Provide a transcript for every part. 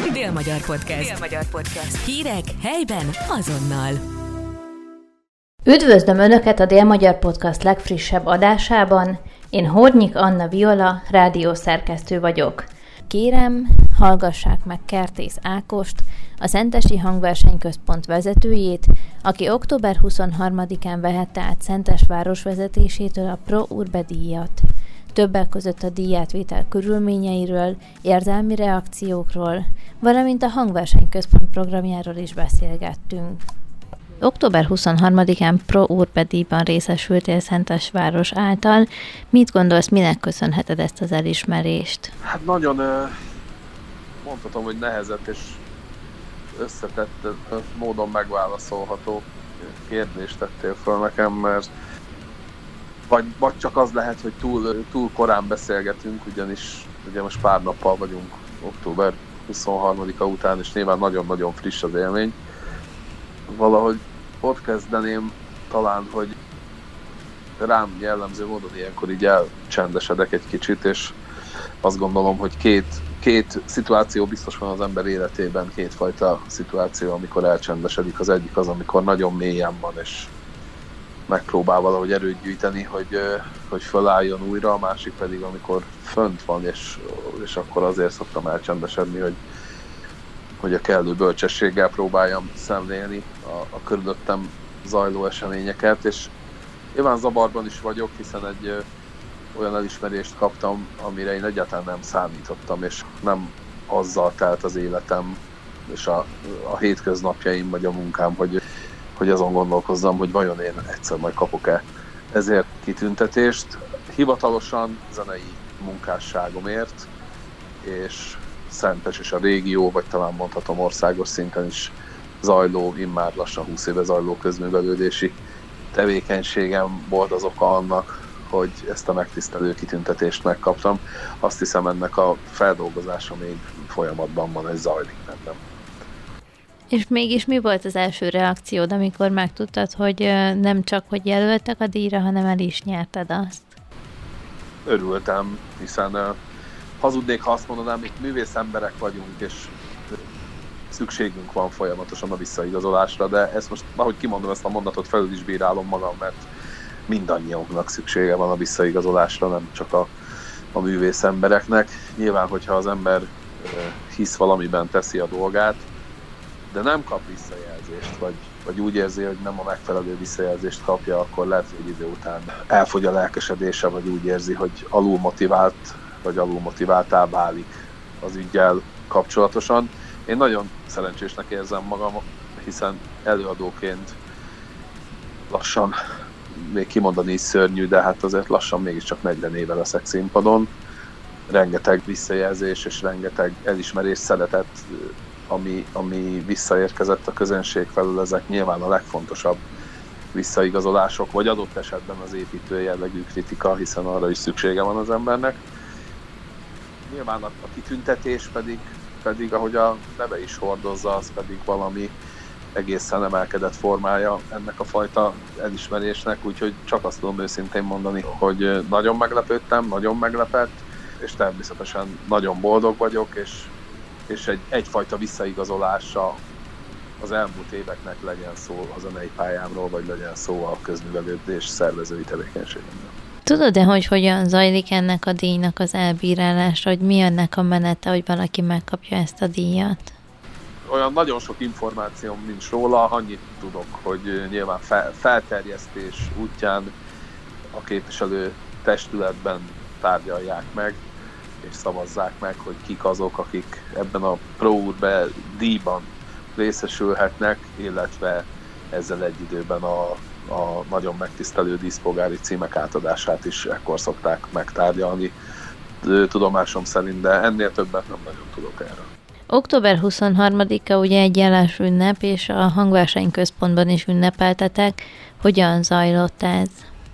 Dél-Magyar Podcast. Dél-Magyar Podcast. Hírek helyben azonnal. Üdvözlöm Önöket a Dél-Magyar Podcast legfrissebb adásában. Én Hornyik Anna Viola, rádiószerkesztő vagyok. Kérem, hallgassák meg Kertész Ákost, a Szentesi Hangversenyközpont vezetőjét, aki október 23-án vehette át Szentes városvezetésétől a Pro Urbe díjat. Többek között a díjátvétel körülményeiről, érzelmi reakciókról, valamint a Hangversenyközpont programjáról is beszélgettünk. Október 23-án Pro Urbe díjban részesültél Szentesváros által. Mit gondolsz, minek köszönheted ezt az elismerést? Hát nagyon mondhatom, hogy nehezett és összetett módon megválaszolható kérdést tettél fel nekem, mert vagy csak az lehet, hogy túl korán beszélgetünk, ugyanis ugye most pár nappal vagyunk október 23-a után, és nyilván nagyon-nagyon friss az élmény. Valahogy ott kezdeném talán, hogy rám jellemző módon ilyenkor így elcsendesedek egy kicsit, és azt gondolom, hogy két szituáció biztos van az ember életében, kétfajta szituáció, amikor elcsendesedik. Az egyik az, amikor nagyon mélyen van, és megpróbál valahogy erőt gyűjteni, hogy fölálljon újra, a másik pedig, amikor fönt van, és akkor azért szoktam elcsendesedni, hogy a kellő bölcsességgel próbáljam szemlélni a körülöttem zajló eseményeket, és nyilván zavarban is vagyok, hiszen egy olyan elismerést kaptam, amire én egyáltalán nem számítottam, és nem azzal telt az életem és a hétköznapjaim vagy a munkám, hogy azon gondolkozzam, hogy vajon én egyszer majd kapok-e ezért kitüntetést. Hivatalosan zenei munkásságomért, és Szentes és a régió, vagy talán mondhatom országos szinten is zajló, immár lassan 20 éve zajló közművelődési tevékenységem volt az oka annak, hogy ezt a megtisztelő kitüntetést megkaptam. Azt hiszem, ennek a feldolgozása még folyamatban van, ez zajlik bennem. És mégis mi volt az első reakciód, amikor megtudtad, hogy nem csak hogy jelöltek a díjra, hanem el is nyerted azt? Örültem, hiszen hazudnék, ha azt mondanám, itt művész emberek vagyunk, és szükségünk van folyamatosan a visszaigazolásra, de ezt most, ahogy kimondom ezt a mondatot, felül is bírálom magam, mert mindannyiunknak szüksége van a visszaigazolásra, nem csak a művész embereknek. Nyilván, hogyha az ember hisz valamiben, teszi a dolgát, de nem kap visszajelzést, vagy úgy érzi, hogy nem a megfelelő visszajelzést kapja, akkor lehet, hogy idő után elfogy a lelkesedése, vagy úgy érzi, hogy alulmotivált, vagy alulmotiváltá válik az üggyel kapcsolatosan. Én nagyon szerencsésnek érzem magam, hiszen előadóként lassan, még kimondani is szörnyű, de hát azért lassan mégiscsak 40 éve leszek színpadon. Rengeteg visszajelzés és rengeteg elismerés, szeretet, ami visszaérkezett a közönség felől, ezek nyilván a legfontosabb visszaigazolások, vagy adott esetben az építő jellegű kritika, hiszen arra is szüksége van az embernek. Nyilván a kitüntetés pedig, ahogy a neve is hordozza, az pedig valami egészen emelkedett formája ennek a fajta elismerésnek, úgyhogy csak azt tudom őszintén mondani, hogy nagyon meglepődtem, nagyon meglepett, és természetesen nagyon boldog vagyok, és egyfajta visszaigazolása az elmúlt éveknek, legyen szó a zenei pályámról, vagy legyen szó a közművelődés szervezői tevékenységemről. Tudod-e, hogy hogyan zajlik ennek a díjnak az elbírálása, hogy mi ennek a menete, hogy valaki megkapja ezt a díjat? Olyan nagyon sok információm nincs róla, annyit tudok, hogy nyilván felterjesztés útján a képviselő testületben tárgyalják meg, és szavazzák meg, hogy kik azok, akik ebben a Pro Urbe díjban részesülhetnek, illetve ezzel egy időben a nagyon megtisztelő díszpolgári címek átadását is ekkor szokták megtárgyalni tudomásom szerint, de ennél többet nem nagyon tudok erről. Október 23-a ugye egy jeles ünnep, és a Hangversenyközpontban is ünnepeltetek. Hogyan zajlott ez?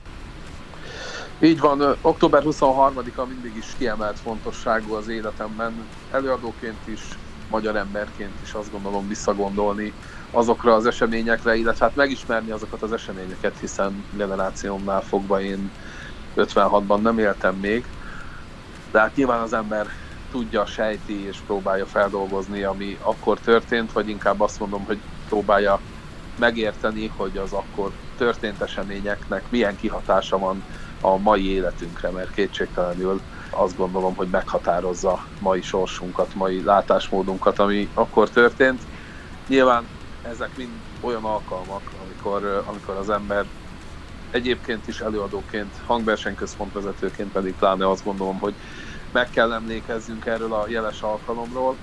Így van, október 23-a mindig is kiemelt fontosságú az életemben. Előadóként is, magyar emberként is azt gondolom visszagondolni azokra az eseményekre, illetve hát megismerni azokat az eseményeket, hiszen generációmnál fogva én 56-ban nem éltem még, de hát nyilván az ember tudja, sejti és próbálja feldolgozni, ami akkor történt, vagy inkább azt mondom, hogy próbálja megérteni, hogy az akkor történt eseményeknek milyen kihatása van a mai életünkre, mert kétségtelenül azt gondolom, hogy meghatározza mai sorsunkat, mai látásmódunkat, ami akkor történt. Nyilván ezek mind olyan alkalmak, amikor az ember egyébként is előadóként, hangversenyközpontvezetőként pedig pláne azt gondolom, hogy meg kell emlékezzünk erről a jeles alkalomról,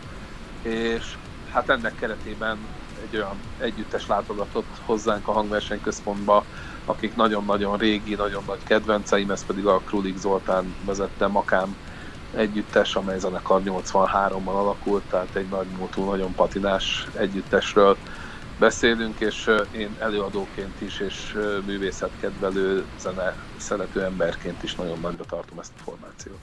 és hát ennek keretében egy olyan együttes látogatott hozzánk a hangversenyközpontba, akik nagyon-nagyon régi, nagyon nagy kedvenceim, ez pedig a Krulik Zoltán vezette Makám együttes, amely zenekar 83-ban alakult, tehát egy nagy múltú, nagyon patinás együttesről beszélünk, és én előadóként is, és művészetkedvelő, zene szerető emberként is nagyon nagyra tartom ezt a formációt.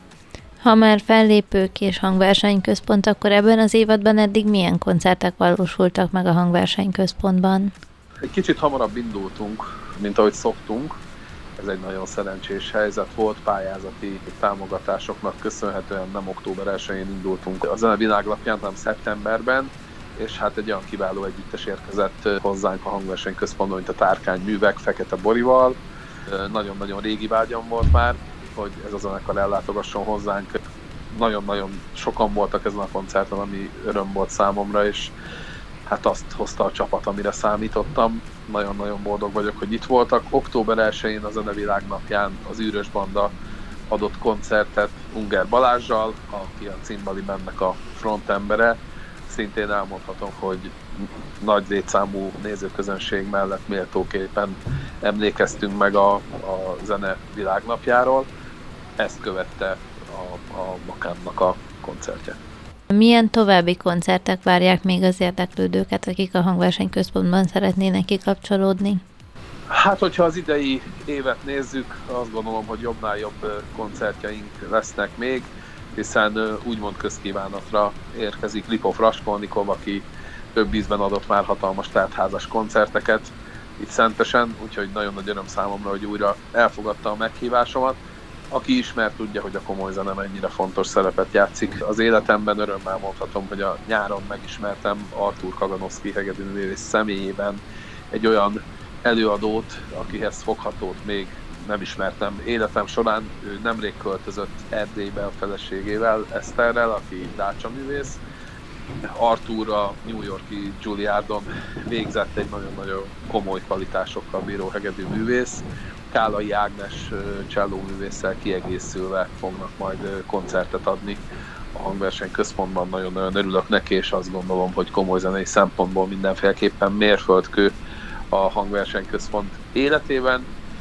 Ha már fellépők és hangversenyközpont, akkor ebben az évadban eddig milyen koncertek valósultak meg a hangversenyközpontban? Egy kicsit hamarabb indultunk, mint ahogy szoktunk. Ez egy nagyon szerencsés helyzet volt, pályázati támogatásoknak köszönhetően nem október 1-én indultunk a Zene Világlapján, hanem szeptemberben, és hát egy olyan kiváló együttes érkezett hozzánk a hangversenyközpontban, mint a Tárkány Művek Fekete Borival. Nagyon-nagyon régi vágyam volt már, hogy ez a zenekar ellátogasson hozzánk. Nagyon-nagyon sokan voltak ezen a koncerten, ami öröm volt számomra, és hát azt hozta a csapat, amire számítottam. Nagyon-nagyon boldog vagyok, hogy itt voltak. Október 1-én a Zene Világnapján az Űrös Banda adott koncertet Unger Balázssal, aki a Cimbali Bandnek a frontembere. Szintén elmondhatom, hogy nagy létszámú nézőközönség mellett méltóképpen emlékeztünk meg a Zene Világnapjáról. Ezt követte a Makámnak a koncertje. Milyen további koncertek várják még az érdeklődőket, akik a hangversenyközpontban szeretnének kikapcsolódni? Hát, hogyha az idei évet nézzük, azt gondolom, hogy jobbnál jobb koncertjeink lesznek még, hiszen úgymond közkívánatra érkezik Lipov Raskolnikov, aki több ízben adott már hatalmas teltházas koncerteket itt Szentesen, úgyhogy nagyon nagy öröm számomra, hogy újra elfogadta a meghívásomat. Aki ismer, tudja, hogy a komoly zene mennyire fontos szerepet játszik az életemben. Örömmel mondhatom, hogy a nyáron megismertem Artur Kaganovszky hegedűművész személyében egy olyan előadót, akihez foghatót még nem ismertem életem során. Ő nemrég költözött Erdélybe a feleségével, Eszterrel, aki dácsaművész. Artur a New York-i Juilliardon végzett, egy nagyon-nagyon komoly kvalitásokkal bíró hegedűművész. Kálai Ágnes csellóművésszel kiegészülve fognak majd koncertet adni a hangversenyközpontban. Nagyon-nagyon örülök neki, és azt gondolom, hogy komoly zenei szempontból mindenféleképpen mérföldkő a hangversenyközpont életében.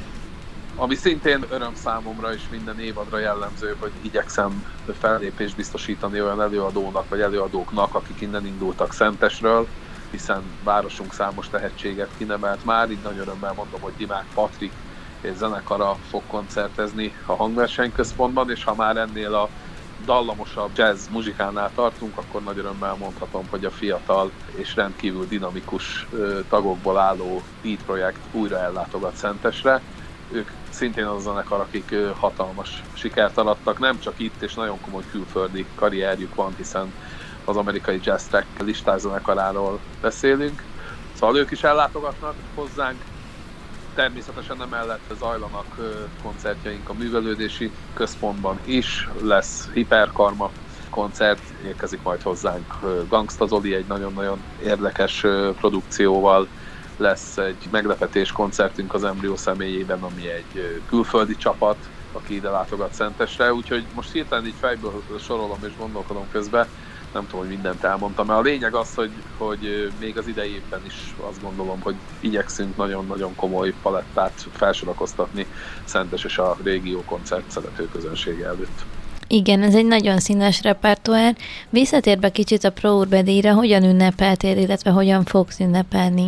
Ami szintén öröm számomra és minden évadra jellemző, hogy igyekszem fellépést biztosítani olyan előadónak vagy előadóknak, akik innen indultak Szentesről, hiszen városunk számos tehetséget kinemelt már. Így nagy örömmel mondom, hogy Dimák Patrik és zenekara fog koncertezni a hangversenyközpontban, és ha már ennél a dallamosabb jazz muzsikánál tartunk, akkor nagy örömmel mondhatom, hogy a fiatal és rendkívül dinamikus tagokból álló Beat projekt újra ellátogat Szentesre. Ők szintén az a zenekar, akik hatalmas sikert arattak, nem csak itt, és nagyon komoly külföldi karrierjük van, hiszen az amerikai Jazz Track listás zenekaráról beszélünk. Szóval ők is ellátogatnak hozzánk. Természetesen emellett zajlanak koncertjeink a művelődési központban is, lesz Hiperkarma koncert, érkezik majd hozzánk Gangsta Zoli egy nagyon-nagyon érdekes produkcióval, lesz egy meglepetés koncertünk az Embryo személyében, ami egy külföldi csapat, aki ide látogat Szentesre, úgyhogy most hirtelen így fejből sorolom és gondolkodom közben, nem tudom, hogy mindent elmondtam, mert a lényeg az, hogy még az idei évben is azt gondolom, hogy igyekszünk nagyon-nagyon komoly palettát felsorakoztatni Szentes és a régió koncert szerető közönsége előtt. Igen, ez egy nagyon színes repertoár. Visszatérve kicsit a Pro Urbe díjra, hogyan ünnepeltél, illetve hogyan fogsz ünnepelni?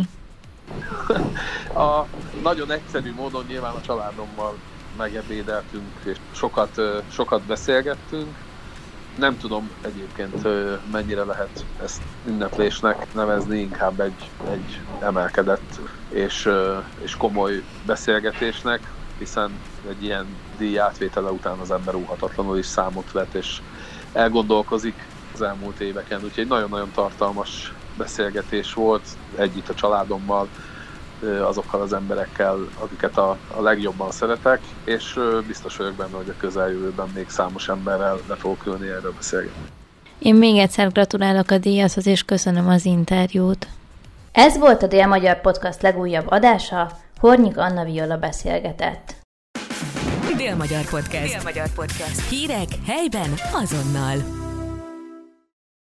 Nagyon egyszerű módon nyilván a családommal megebédeltünk, és sokat beszélgettünk. Nem tudom egyébként mennyire lehet ezt ünneplésnek nevezni, inkább egy emelkedett és komoly beszélgetésnek, hiszen egy ilyen díj átvétele után az ember óhatatlanul is számot vet, és elgondolkozik az elmúlt éveken. Úgyhogy egy nagyon-nagyon tartalmas beszélgetés volt, együtt a családommal, azokkal az emberekkel, akiket a legjobban szeretek, és biztos vagyok benne, hogy a közeljövőben még számos emberrel le fogok ülni erről beszélgetni. Én még egyszer gratulálok a díjazhoz, és köszönöm az interjút. Ez volt a Dél-Magyar Podcast legújabb adása, Hornyik Anna Viola beszélgetett. Dél-Magyar Podcast. Dél-Magyar Podcast. Hírek helyben azonnal.